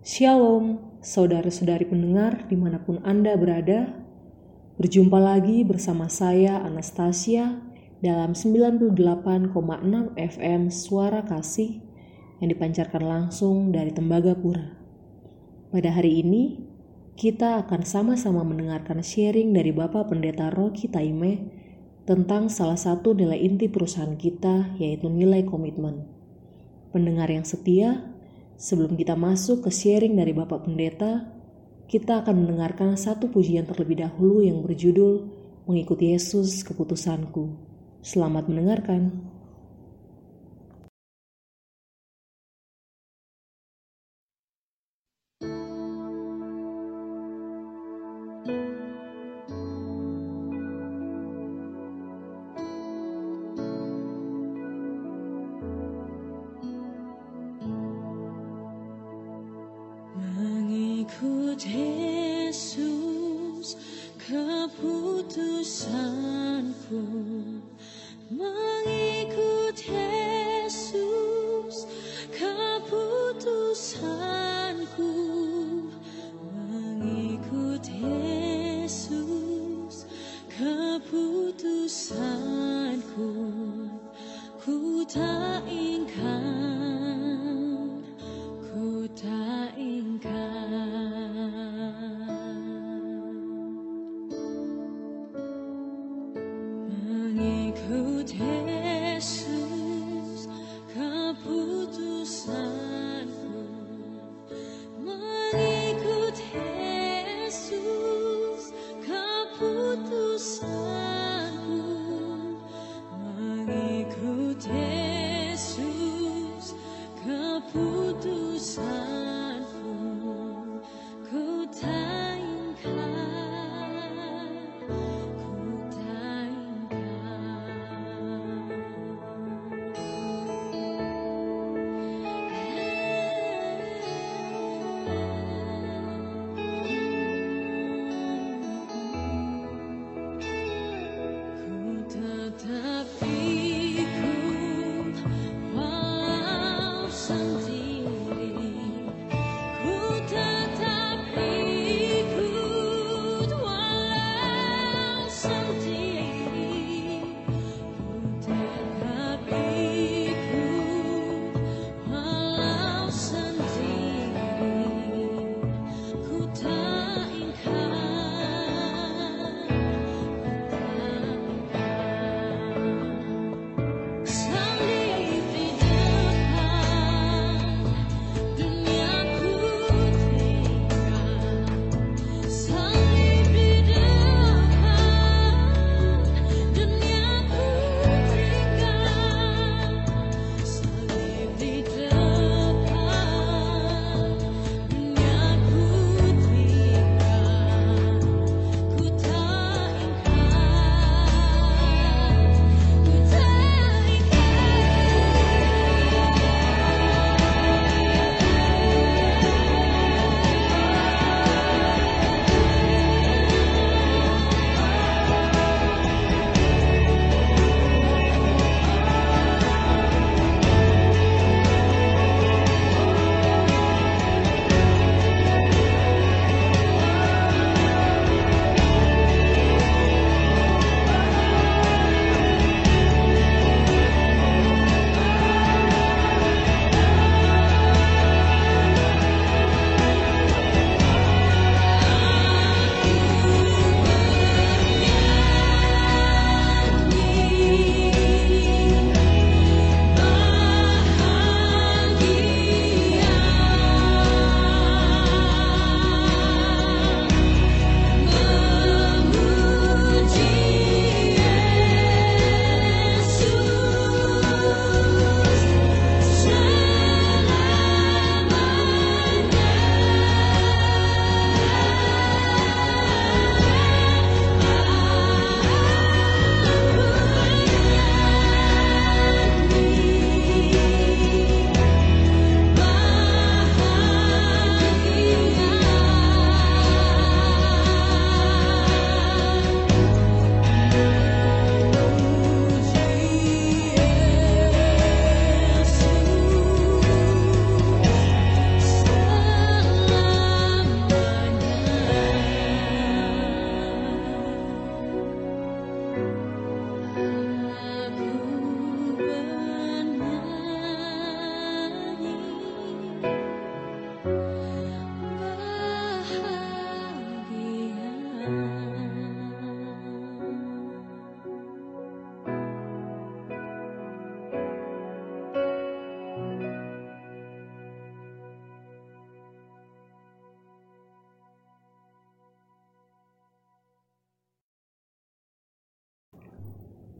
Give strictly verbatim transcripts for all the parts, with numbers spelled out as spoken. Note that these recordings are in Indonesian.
Shalom, saudara-saudari pendengar dimanapun Anda berada. Berjumpa lagi bersama saya Anastasia dalam sembilan puluh delapan koma enam F M Suara Kasih yang dipancarkan langsung dari Tembagapura. Pada hari ini, kita akan sama-sama mendengarkan sharing dari Bapak Pendeta Rocky Taime tentang salah satu nilai inti perusahaan kita, yaitu nilai komitmen. Pendengar yang setia, sebelum kita masuk ke sharing dari Bapak Pendeta, kita akan mendengarkan satu pujian terlebih dahulu yang berjudul Mengikuti Yesus Keputusanku. Selamat mendengarkan. Mengikut Yesus keputusanku, mengikut Yesus keputusanku, mengikut Yesus keputusanku, ku tak ingkar, ku tak ingkar. Mengikut Yesus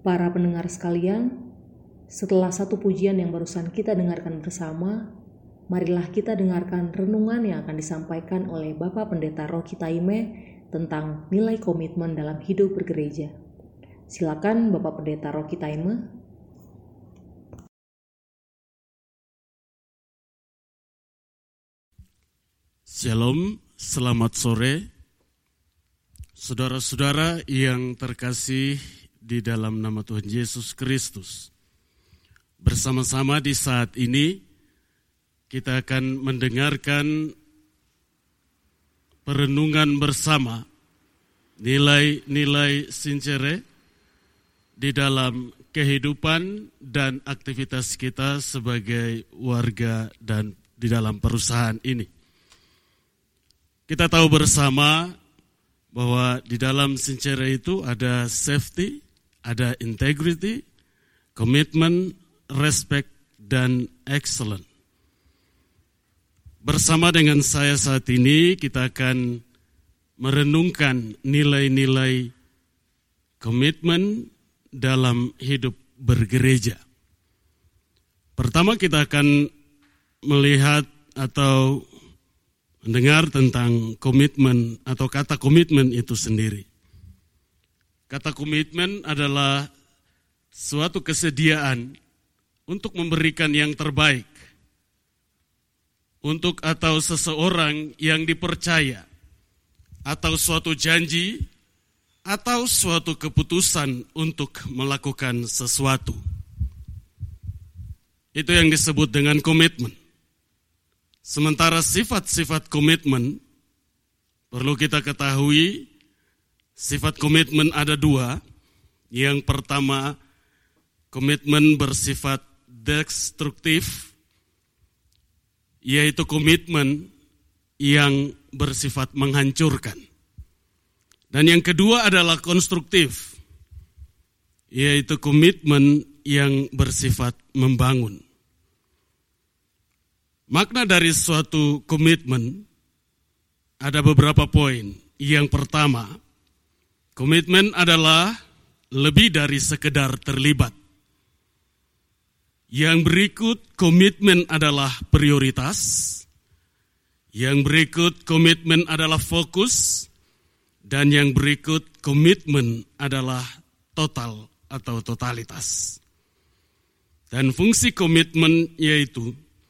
Para pendengar sekalian, setelah satu pujian yang barusan kita dengarkan bersama, marilah kita dengarkan renungan yang akan disampaikan oleh Bapak Pendeta Rocky Taime tentang nilai komitmen dalam hidup bergereja. Silakan Bapak Pendeta Rocky Taime. Shalom, selamat sore. Saudara-saudara yang terkasih di dalam nama Tuhan Yesus Kristus. Bersama-sama di saat ini kita akan mendengarkan perenungan bersama nilai-nilai sincere di dalam kehidupan dan aktivitas kita sebagai warga dan di dalam perusahaan ini. Kita tahu bersama bahwa di dalam sincere itu ada safety, ada integrity, commitment, respect, dan excellent. Bersama dengan saya saat ini kita akan merenungkan nilai-nilai komitmen dalam hidup bergereja. Pertama kita akan melihat atau mendengar tentang komitmen atau kata komitmen itu sendiri. Kata komitmen adalah suatu kesediaan untuk memberikan yang terbaik untuk atau seseorang yang dipercaya, atau suatu janji, atau suatu keputusan untuk melakukan sesuatu. Itu yang disebut dengan komitmen. Sementara sifat-sifat komitmen, perlu kita ketahui, sifat komitmen ada dua. Yang pertama, komitmen bersifat destruktif, yaitu komitmen yang bersifat menghancurkan. Dan yang kedua adalah konstruktif, yaitu komitmen yang bersifat membangun. Makna dari suatu komitmen ada beberapa poin. Yang pertama, komitmen adalah lebih dari sekedar terlibat. Yang berikut, komitmen adalah prioritas. Yang berikut, komitmen adalah fokus. Dan yang berikut, komitmen adalah total atau totalitas. Dan fungsi komitmen yaitu,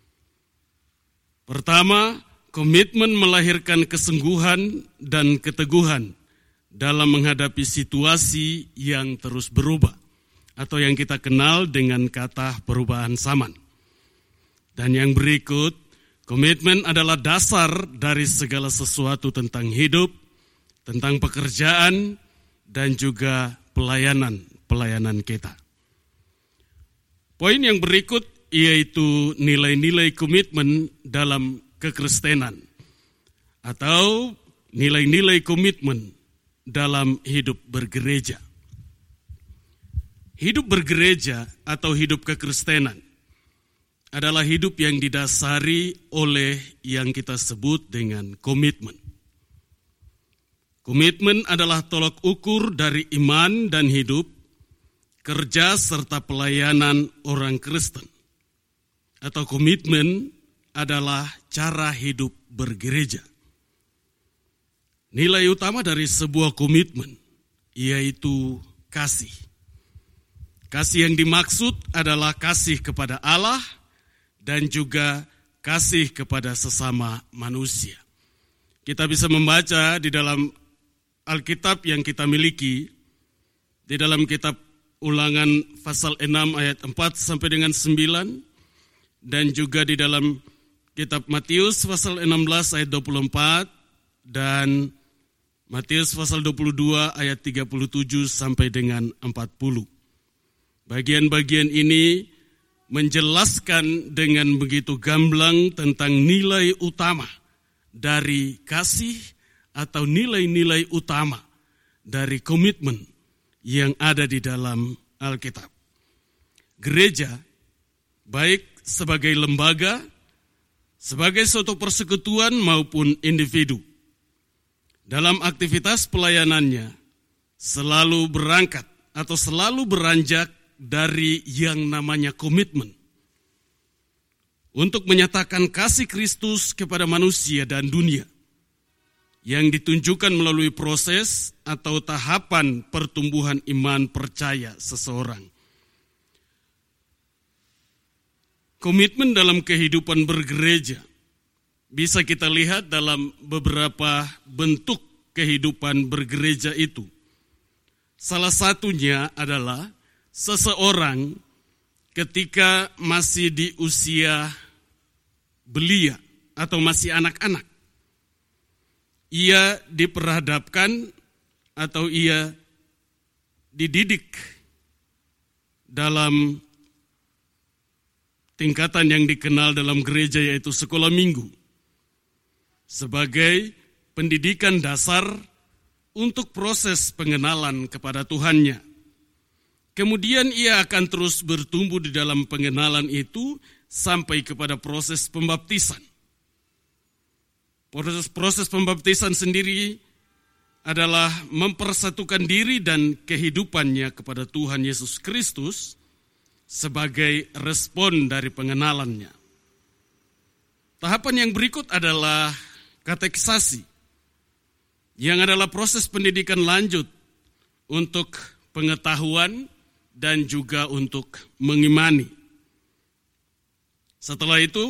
pertama, komitmen melahirkan kesungguhan dan keteguhan dalam menghadapi situasi yang terus berubah, atau yang kita kenal dengan kata perubahan zaman. Dan yang berikut, komitmen adalah dasar dari segala sesuatu tentang hidup, tentang pekerjaan, dan juga pelayanan-pelayanan kita. Poin yang berikut yaitu nilai-nilai komitmen dalam kekristenan, atau nilai-nilai komitmen dalam hidup bergereja. Hidup bergereja atau hidup kekristenan adalah hidup yang didasari oleh yang kita sebut dengan komitmen. Komitmen adalah tolok ukur dari iman dan hidup, kerja serta pelayanan orang Kristen. Atau komitmen adalah cara hidup bergereja. Nilai utama dari sebuah komitmen yaitu kasih. Kasih yang dimaksud adalah kasih kepada Allah dan juga kasih kepada sesama manusia. Kita bisa membaca di dalam Alkitab yang kita miliki, di dalam kitab Ulangan pasal enam ayat empat sampai dengan sembilan, dan juga di dalam kitab Matius pasal enam belas ayat dua puluh empat, dan Matius pasal dua puluh dua ayat tiga puluh tujuh sampai dengan empat puluh. Bagian-bagian ini menjelaskan dengan begitu gamblang tentang nilai utama dari kasih atau nilai-nilai utama dari komitmen yang ada di dalam Alkitab. Gereja, baik sebagai lembaga, sebagai suatu persekutuan maupun individu, dalam aktivitas pelayanannya selalu berangkat atau selalu beranjak dari yang namanya komitmen untuk menyatakan kasih Kristus kepada manusia dan dunia yang ditunjukkan melalui proses atau tahapan pertumbuhan iman percaya seseorang. Komitmen dalam kehidupan bergereja bisa kita lihat dalam beberapa bentuk kehidupan bergereja itu. Salah satunya adalah seseorang ketika masih di usia belia atau masih anak-anak, ia diperhadapkan atau ia dididik dalam tingkatan yang dikenal dalam gereja yaitu sekolah minggu sebagai pendidikan dasar untuk proses pengenalan kepada Tuhannya. Kemudian ia akan terus bertumbuh di dalam pengenalan itu sampai kepada proses pembaptisan. Proses-proses pembaptisan sendiri adalah mempersatukan diri dan kehidupannya kepada Tuhan Yesus Kristus sebagai respon dari pengenalannya. Tahapan yang berikut adalah katekisasi, yang adalah proses pendidikan lanjut untuk pengetahuan dan juga untuk mengimani. Setelah itu,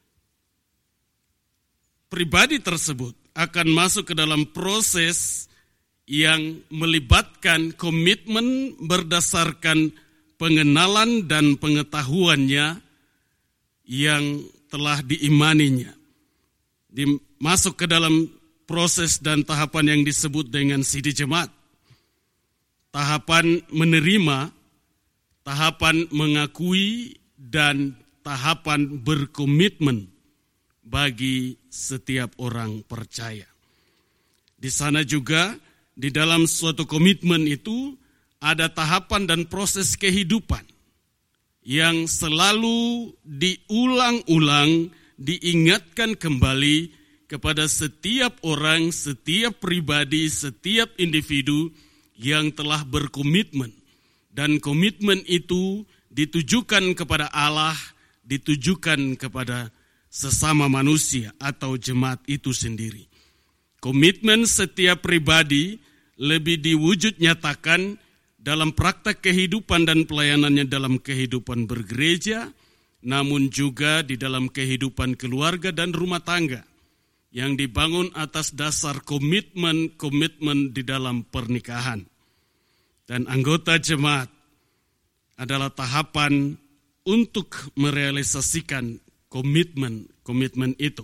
pribadi tersebut akan masuk ke dalam proses yang melibatkan komitmen berdasarkan pengenalan dan pengetahuannya yang telah diimaninya. Masuk ke dalam proses dan tahapan yang disebut dengan sidi jemaat. Tahapan menerima, tahapan mengakui, dan tahapan berkomitmen bagi setiap orang percaya. Di sana juga, di dalam suatu komitmen itu, ada tahapan dan proses kehidupan yang selalu diulang-ulang, diingatkan kembali kepada setiap orang, setiap pribadi, setiap individu yang telah berkomitmen. Dan komitmen itu ditujukan kepada Allah, ditujukan kepada sesama manusia atau jemaat itu sendiri. Komitmen setiap pribadi lebih diwujud nyatakan dalam praktek kehidupan dan pelayanannya dalam kehidupan bergereja, namun juga di dalam kehidupan keluarga dan rumah tangga yang dibangun atas dasar komitmen-komitmen di dalam pernikahan. Dan anggota jemaat adalah tahapan untuk merealisasikan komitmen-komitmen itu.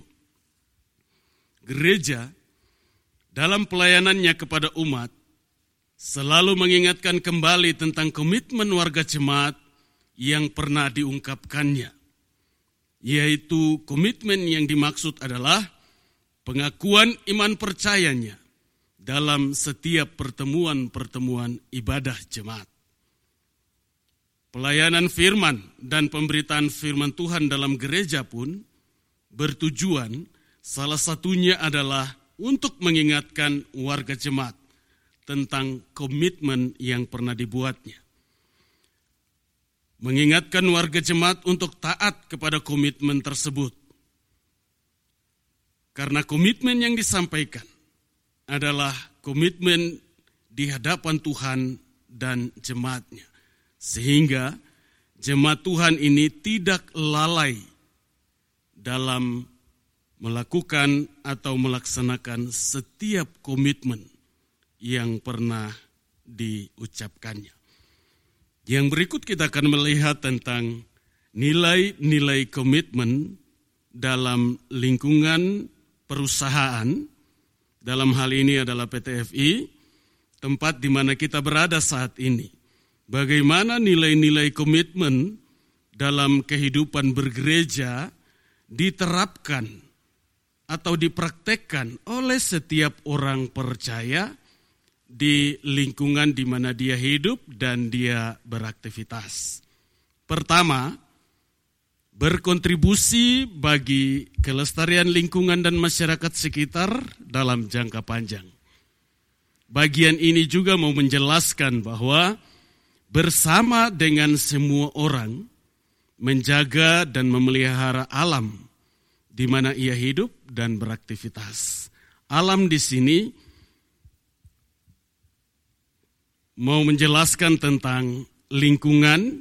Gereja dalam pelayanannya kepada umat selalu mengingatkan kembali tentang komitmen warga jemaat yang pernah diungkapkannya, yaitu komitmen yang dimaksud adalah pengakuan iman percayanya dalam setiap pertemuan-pertemuan ibadah jemaat. Pelayanan firman dan pemberitaan firman Tuhan dalam gereja pun bertujuan salah satunya adalah untuk mengingatkan warga jemaat tentang komitmen yang pernah dibuatnya. Mengingatkan warga jemaat untuk taat kepada komitmen tersebut. Karena komitmen yang disampaikan adalah komitmen di hadapan Tuhan dan jemaatnya. Sehingga jemaat Tuhan ini tidak lalai dalam melakukan atau melaksanakan setiap komitmen yang pernah diucapkannya. Yang berikut kita akan melihat tentang nilai-nilai komitmen dalam lingkungan perusahaan. Dalam hal ini adalah P T F I, tempat di mana kita berada saat ini. Bagaimana nilai-nilai komitmen dalam kehidupan bergereja diterapkan atau dipraktekkan oleh setiap orang percaya di lingkungan di mana dia hidup dan dia beraktivitas. Pertama, berkontribusi bagi kelestarian lingkungan dan masyarakat sekitar dalam jangka panjang. Bagian ini juga mau menjelaskan bahwa bersama dengan semua orang menjaga dan memelihara alam di mana ia hidup dan beraktivitas. Alam di sini mau menjelaskan tentang lingkungan,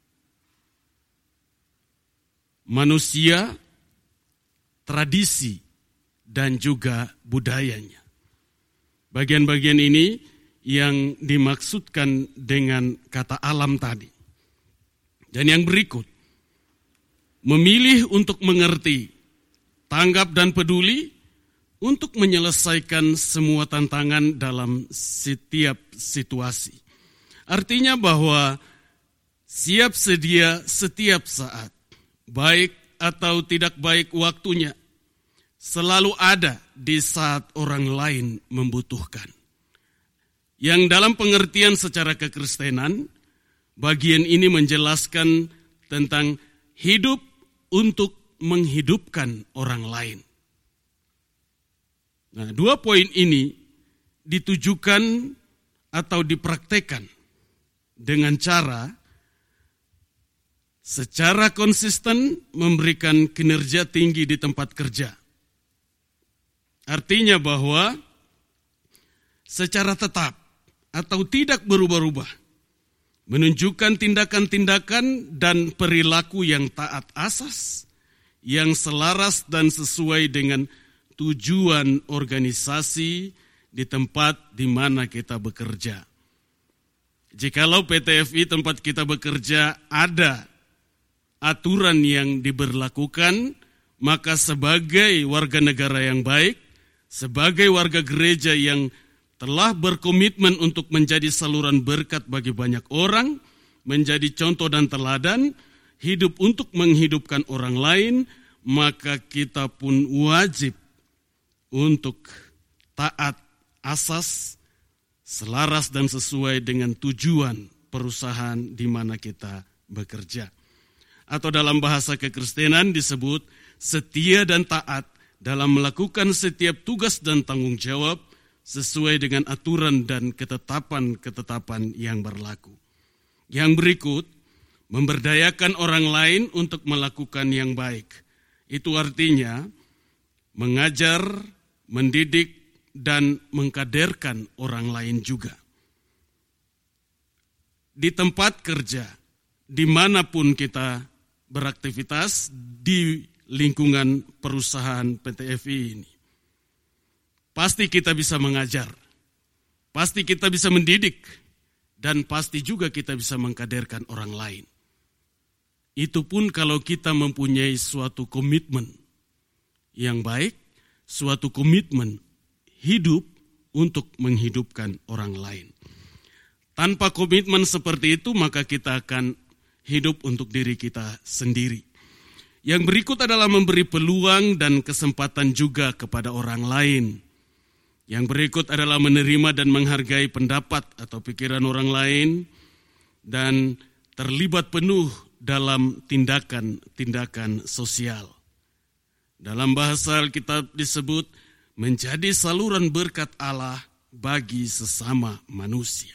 manusia, tradisi, dan juga budayanya. Bagian-bagian ini yang dimaksudkan dengan kata alam tadi. Dan yang berikut, memilih untuk mengerti, tanggap dan peduli untuk menyelesaikan semua tantangan dalam setiap situasi. Artinya bahwa siap sedia setiap saat, baik atau tidak baik waktunya, selalu ada di saat orang lain membutuhkan. Yang dalam pengertian secara kekristenan, bagian ini menjelaskan tentang hidup untuk menghidupkan orang lain. Nah, dua poin ini ditujukan atau dipraktekkan dengan cara secara konsisten memberikan kinerja tinggi di tempat kerja. Artinya bahwa secara tetap atau tidak berubah-ubah, menunjukkan tindakan-tindakan dan perilaku yang taat asas, yang selaras dan sesuai dengan tujuan organisasi di tempat di mana kita bekerja. Jikalau P T F I tempat kita bekerja ada aturan yang diberlakukan, maka sebagai warga negara yang baik, sebagai warga gereja yang telah berkomitmen untuk menjadi saluran berkat bagi banyak orang, menjadi contoh dan teladan, hidup untuk menghidupkan orang lain, maka kita pun wajib untuk taat asas, selaras dan sesuai dengan tujuan perusahaan di mana kita bekerja. Atau dalam bahasa kekristenan disebut setia dan taat dalam melakukan setiap tugas dan tanggung jawab sesuai dengan aturan dan ketetapan-ketetapan yang berlaku. Yang berikut, memberdayakan orang lain untuk melakukan yang baik. Itu artinya mengajar, mendidik, dan mengkaderkan orang lain juga. Di tempat kerja, dimanapun kita beraktivitas di lingkungan perusahaan P T F I ini, pasti kita bisa mengajar, pasti kita bisa mendidik, dan pasti juga kita bisa mengkaderkan orang lain. Itu pun kalau kita mempunyai suatu komitmen yang baik, suatu komitmen hidup untuk menghidupkan orang lain. Tanpa komitmen seperti itu, maka kita akan hidup untuk diri kita sendiri. Yang berikut adalah memberi peluang dan kesempatan juga kepada orang lain. Yang berikut adalah menerima dan menghargai pendapat atau pikiran orang lain dan terlibat penuh dalam tindakan-tindakan sosial. Dalam bahasa Alkitab disebut menjadi saluran berkat Allah bagi sesama manusia.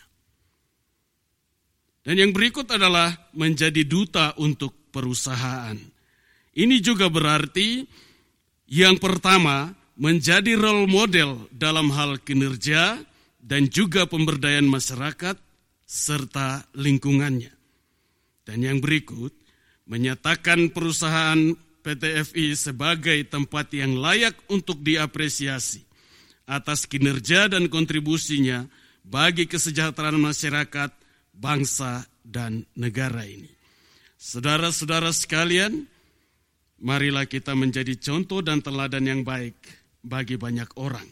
Dan yang berikut adalah menjadi duta untuk perusahaan. Ini juga berarti yang pertama menjadi role model dalam hal kinerja dan juga pemberdayaan masyarakat serta lingkungannya. Dan yang berikut menyatakan perusahaan P T F I sebagai tempat yang layak untuk diapresiasi atas kinerja dan kontribusinya bagi kesejahteraan masyarakat, bangsa, dan negara ini. Saudara-saudara sekalian, marilah kita menjadi contoh dan teladan yang baik bagi banyak orang.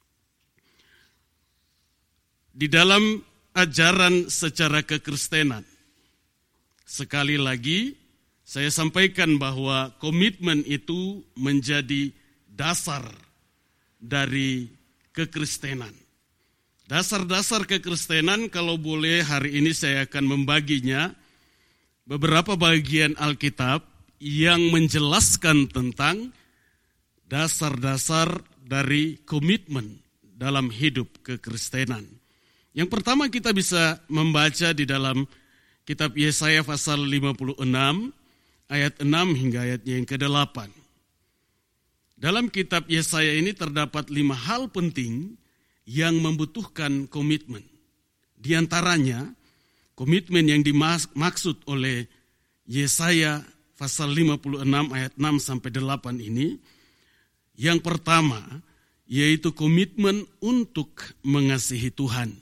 Di dalam ajaran secara kekristenan, sekali lagi saya sampaikan bahwa komitmen itu menjadi dasar dari kekristenan. Dasar-dasar kekristenan, kalau boleh hari ini saya akan membaginya beberapa bagian Alkitab yang menjelaskan tentang dasar-dasar dari komitmen dalam hidup kekristenan. Yang pertama kita bisa membaca di dalam kitab Yesaya pasal lima puluh enam, ayat enam hingga ayatnya yang kedelapan. Dalam kitab Yesaya ini terdapat lima hal penting yang membutuhkan komitmen. Di antaranya, komitmen yang dimaksud oleh Yesaya pasal lima puluh enam ayat enam sampai delapan ini, yang pertama yaitu komitmen untuk mengasihi Tuhan.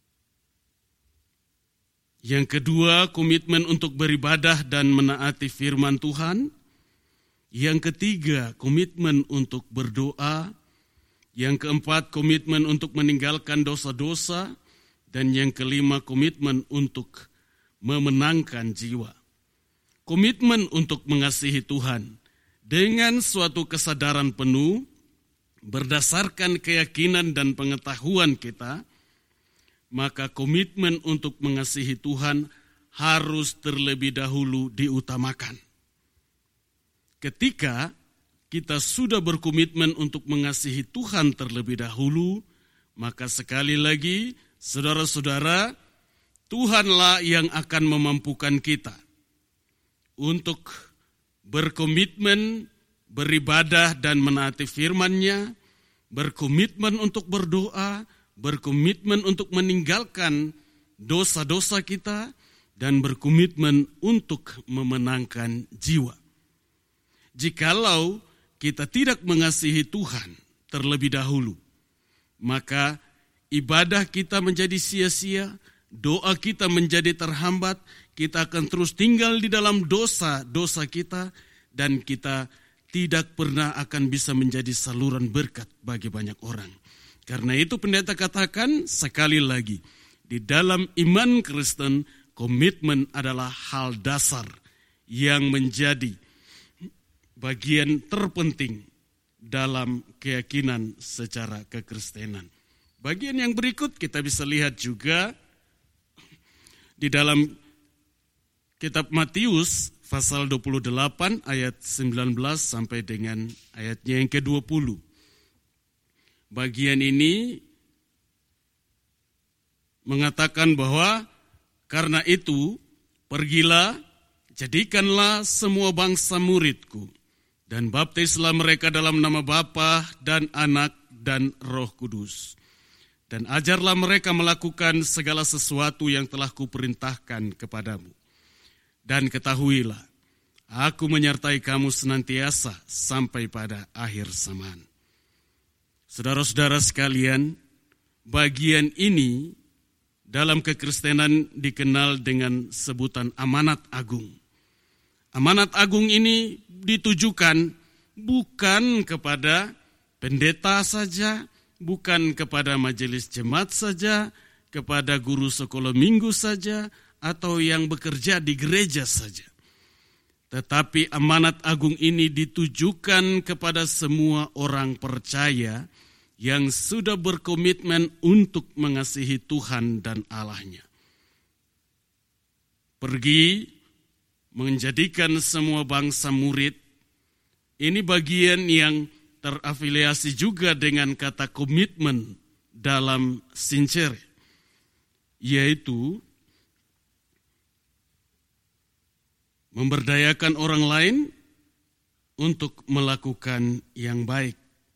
Yang kedua, komitmen untuk beribadah dan menaati firman Tuhan. Yang ketiga, komitmen untuk berdoa. Yang keempat, komitmen untuk meninggalkan dosa-dosa. Dan yang kelima, komitmen untuk memenangkan jiwa. Komitmen untuk mengasihi Tuhan dengan suatu kesadaran penuh, berdasarkan keyakinan dan pengetahuan kita, maka komitmen untuk mengasihi Tuhan harus terlebih dahulu diutamakan. Ketika kita sudah berkomitmen untuk mengasihi Tuhan terlebih dahulu, maka sekali lagi, saudara-saudara, Tuhanlah yang akan memampukan kita untuk berkomitmen, beribadah dan menaati firman-Nya, berkomitmen untuk berdoa, berkomitmen untuk meninggalkan dosa-dosa kita, dan berkomitmen untuk memenangkan jiwa. Jikalau kita tidak mengasihi Tuhan terlebih dahulu, maka ibadah kita menjadi sia-sia, doa kita menjadi terhambat, kita akan terus tinggal di dalam dosa-dosa kita, dan kita tidak pernah akan bisa menjadi saluran berkat bagi banyak orang. Karena itu pendeta katakan sekali lagi, di dalam iman Kristen, komitmen adalah hal dasar yang menjadi bagian terpenting dalam keyakinan secara kekristenan. Bagian yang berikut kita bisa lihat juga di dalam kitab Matius pasal dua puluh delapan ayat sembilan belas sampai dengan ayatnya yang ke dua puluh. Bagian ini mengatakan bahwa karena itu pergilah, jadikanlah semua bangsa muridku, dan baptislah mereka dalam nama Bapa dan Anak dan Roh Kudus. Dan ajarlah mereka melakukan segala sesuatu yang telah kuperintahkan kepadamu. Dan ketahuilah, aku menyertai kamu senantiasa sampai pada akhir zaman. Saudara-saudara sekalian, bagian ini dalam kekristenan dikenal dengan sebutan amanat agung. Amanat agung ini ditujukan bukan kepada pendeta saja, bukan kepada majelis jemaat saja, kepada guru sekolah minggu saja, atau yang bekerja di gereja saja. Tetapi amanat agung ini ditujukan kepada semua orang percaya yang sudah berkomitmen untuk mengasihi Tuhan dan Allah-Nya. Pergi menjadikan semua bangsa murid, ini bagian yang terafiliasi juga dengan kata komitmen dalam sincere, yaitu memberdayakan orang lain untuk melakukan yang baik.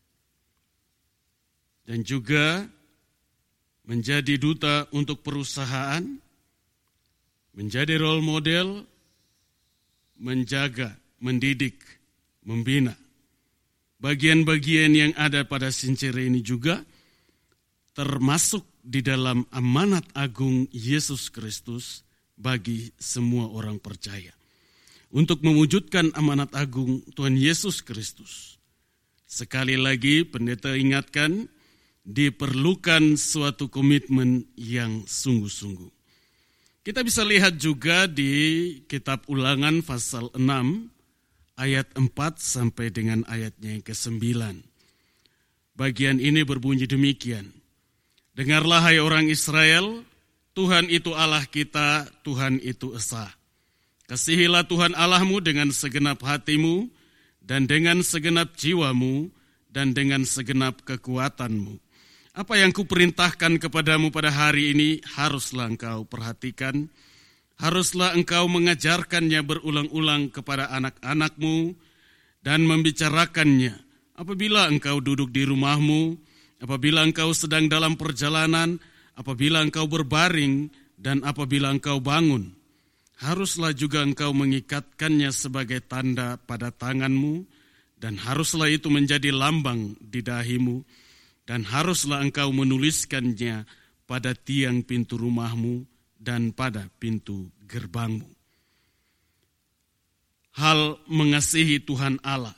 Dan juga menjadi duta untuk perusahaan, menjadi role model, menjaga, mendidik, membina. Bagian-bagian yang ada pada sincere ini juga termasuk di dalam amanat agung Yesus Kristus bagi semua orang percaya. Untuk mewujudkan amanat agung Tuhan Yesus Kristus, sekali lagi pendeta ingatkan, diperlukan suatu komitmen yang sungguh-sungguh. Kita bisa lihat juga di kitab Ulangan pasal enam ayat empat sampai dengan ayatnya yang kesembilan. Bagian ini berbunyi demikian. Dengarlah hai orang Israel, Tuhan itu Allah kita, Tuhan itu esa. Kasihilah Tuhan Allahmu dengan segenap hatimu, dan dengan segenap jiwamu, dan dengan segenap kekuatanmu. Apa yang kuperintahkan kepadamu pada hari ini haruslah engkau perhatikan. Haruslah engkau mengajarkannya berulang-ulang kepada anak-anakmu dan membicarakannya apabila engkau duduk di rumahmu, apabila engkau sedang dalam perjalanan, apabila engkau berbaring, dan apabila engkau bangun. Haruslah juga engkau mengikatkannya sebagai tanda pada tanganmu, dan haruslah itu menjadi lambang di dahimu, dan haruslah engkau menuliskannya pada tiang pintu rumahmu dan pada pintu gerbangmu. Hal mengasihi Tuhan Allah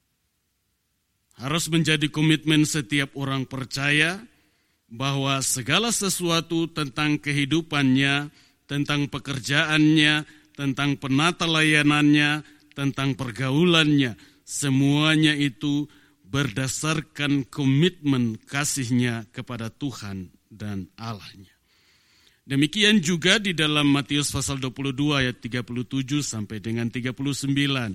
harus menjadi komitmen setiap orang percaya bahwa segala sesuatu tentang kehidupannya, tentang pekerjaannya, tentang penata layanannya, tentang pergaulannya, semuanya itu berdasarkan komitmen kasihnya kepada Tuhan dan Allah-Nya. Demikian juga di dalam Matius pasal dua puluh dua ayat tiga puluh tujuh sampai dengan tiga puluh sembilan.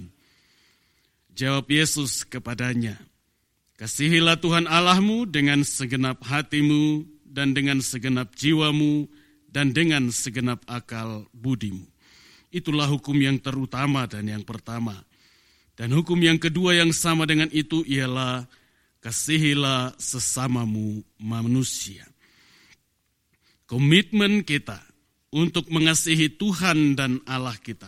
Jawab Yesus kepadanya, kasihilah Tuhan Allahmu dengan segenap hatimu dan dengan segenap jiwamu dan dengan segenap akal budimu. Itulah hukum yang terutama dan yang pertama. Dan hukum yang kedua yang sama dengan itu ialah kasihilah sesamamu manusia. Komitmen kita untuk mengasihi Tuhan dan Allah kita.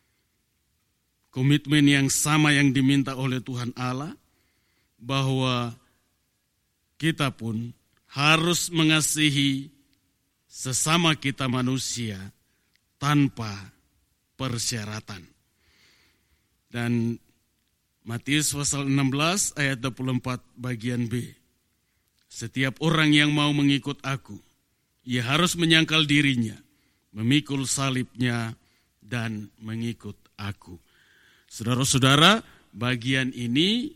Komitmen yang sama yang diminta oleh Tuhan Allah, bahwa kita pun harus mengasihi sesama kita manusia tanpa persyaratan. Dan Matius pasal enam belas ayat dua puluh empat bagian B. Setiap orang yang mau mengikut aku, ia harus menyangkal dirinya, memikul salibnya, dan mengikut aku. Saudara-saudara, bagian ini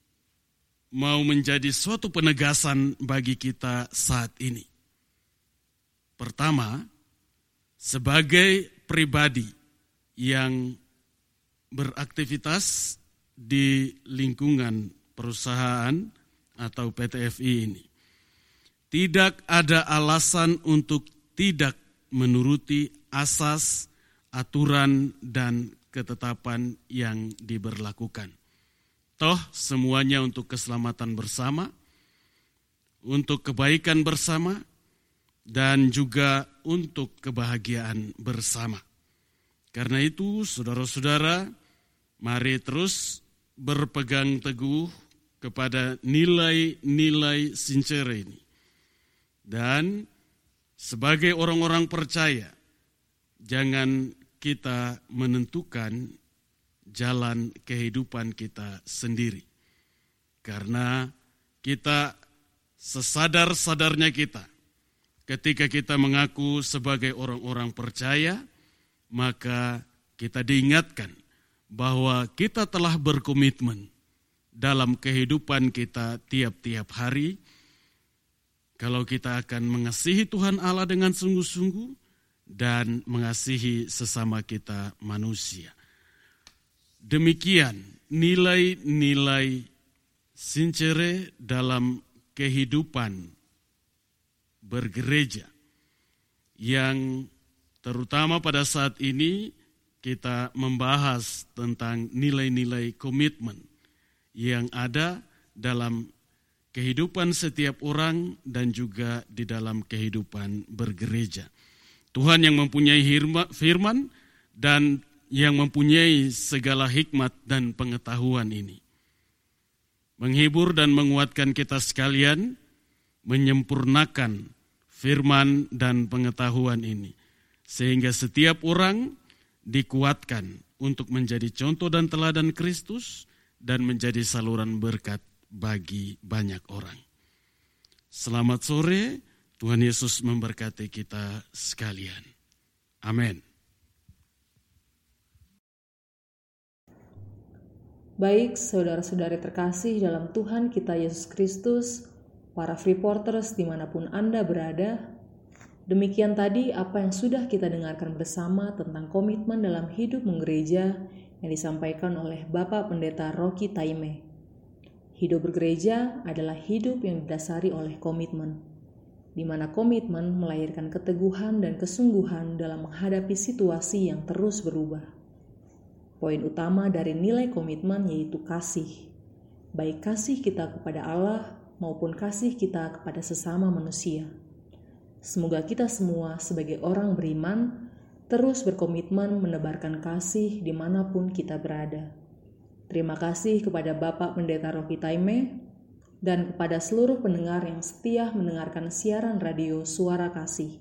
mau menjadi suatu penegasan bagi kita saat ini. Pertama, sebagai pribadi yang beraktivitas di lingkungan perusahaan atau P T F I ini, tidak ada alasan untuk tidak menuruti asas, aturan, dan ketetapan yang diberlakukan. Toh semuanya untuk keselamatan bersama, untuk kebaikan bersama, dan juga untuk kebahagiaan bersama. Karena itu, saudara-saudara, mari terus berpegang teguh kepada nilai-nilai sincere ini. Dan sebagai orang-orang percaya, jangan kita menentukan jalan kehidupan kita sendiri. Karena kita sesadar-sadarnya kita, ketika kita mengaku sebagai orang-orang percaya, maka kita diingatkan bahwa kita telah berkomitmen dalam kehidupan kita tiap-tiap hari. Kalau kita akan mengasihi Tuhan Allah dengan sungguh-sungguh dan mengasihi sesama kita manusia. Demikian nilai-nilai sincere dalam kehidupan bergereja yang terutama pada saat ini kita membahas tentang nilai-nilai komitmen yang ada dalam kehidupan setiap orang dan juga di dalam kehidupan bergereja. Tuhan yang mempunyai firman dan yang mempunyai segala hikmat dan pengetahuan ini menghibur dan menguatkan kita sekalian, menyempurnakan firman dan pengetahuan ini, sehingga setiap orang dikuatkan untuk menjadi contoh dan teladan Kristus dan menjadi saluran berkat bagi banyak orang. Selamat sore, Tuhan Yesus memberkati kita sekalian. Amin. Baik, saudara-saudari terkasih dalam Tuhan kita Yesus Kristus, para Freeporters dimanapun Anda berada, demikian tadi apa yang sudah kita dengarkan bersama tentang komitmen dalam hidup menggereja yang disampaikan oleh Bapak Pendeta Rocky Taime. Hidup bergereja adalah hidup yang didasari oleh komitmen. di mana komitmen melahirkan keteguhan dan kesungguhan dalam menghadapi situasi yang terus berubah. Poin utama dari nilai komitmen yaitu kasih, baik kasih kita kepada Allah maupun kasih kita kepada sesama manusia. Semoga kita semua sebagai orang beriman terus berkomitmen menebarkan kasih dimanapun kita berada. Terima kasih kepada Bapak Pendeta Rocky Taime dan kepada seluruh pendengar yang setia mendengarkan siaran radio Suara Kasih.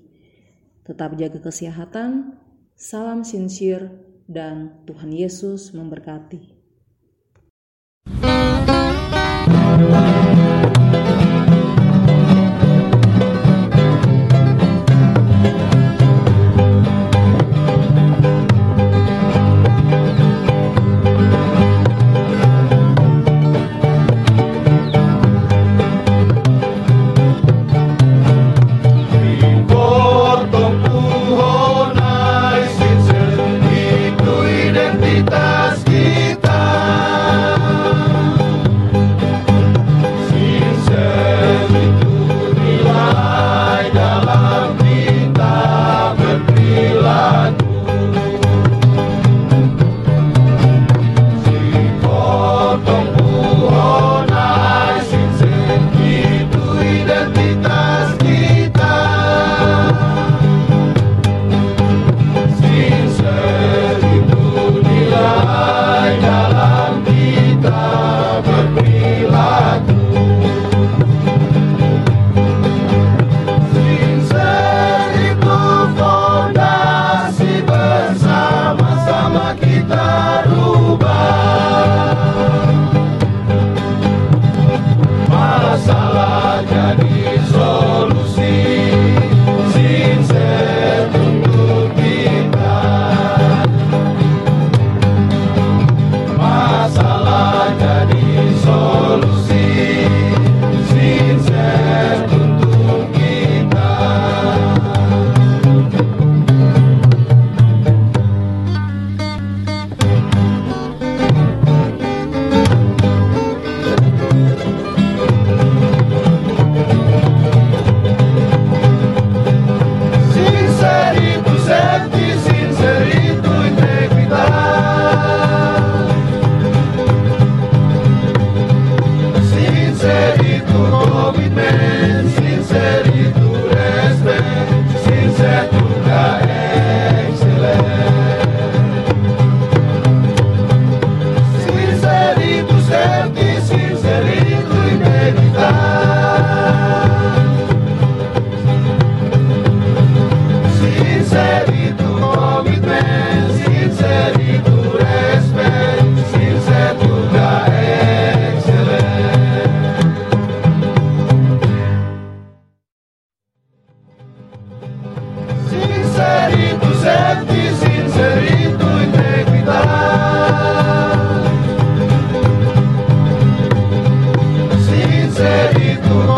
Tetap jaga kesehatan, salam sincere, dan Tuhan Yesus memberkati. Sinceritud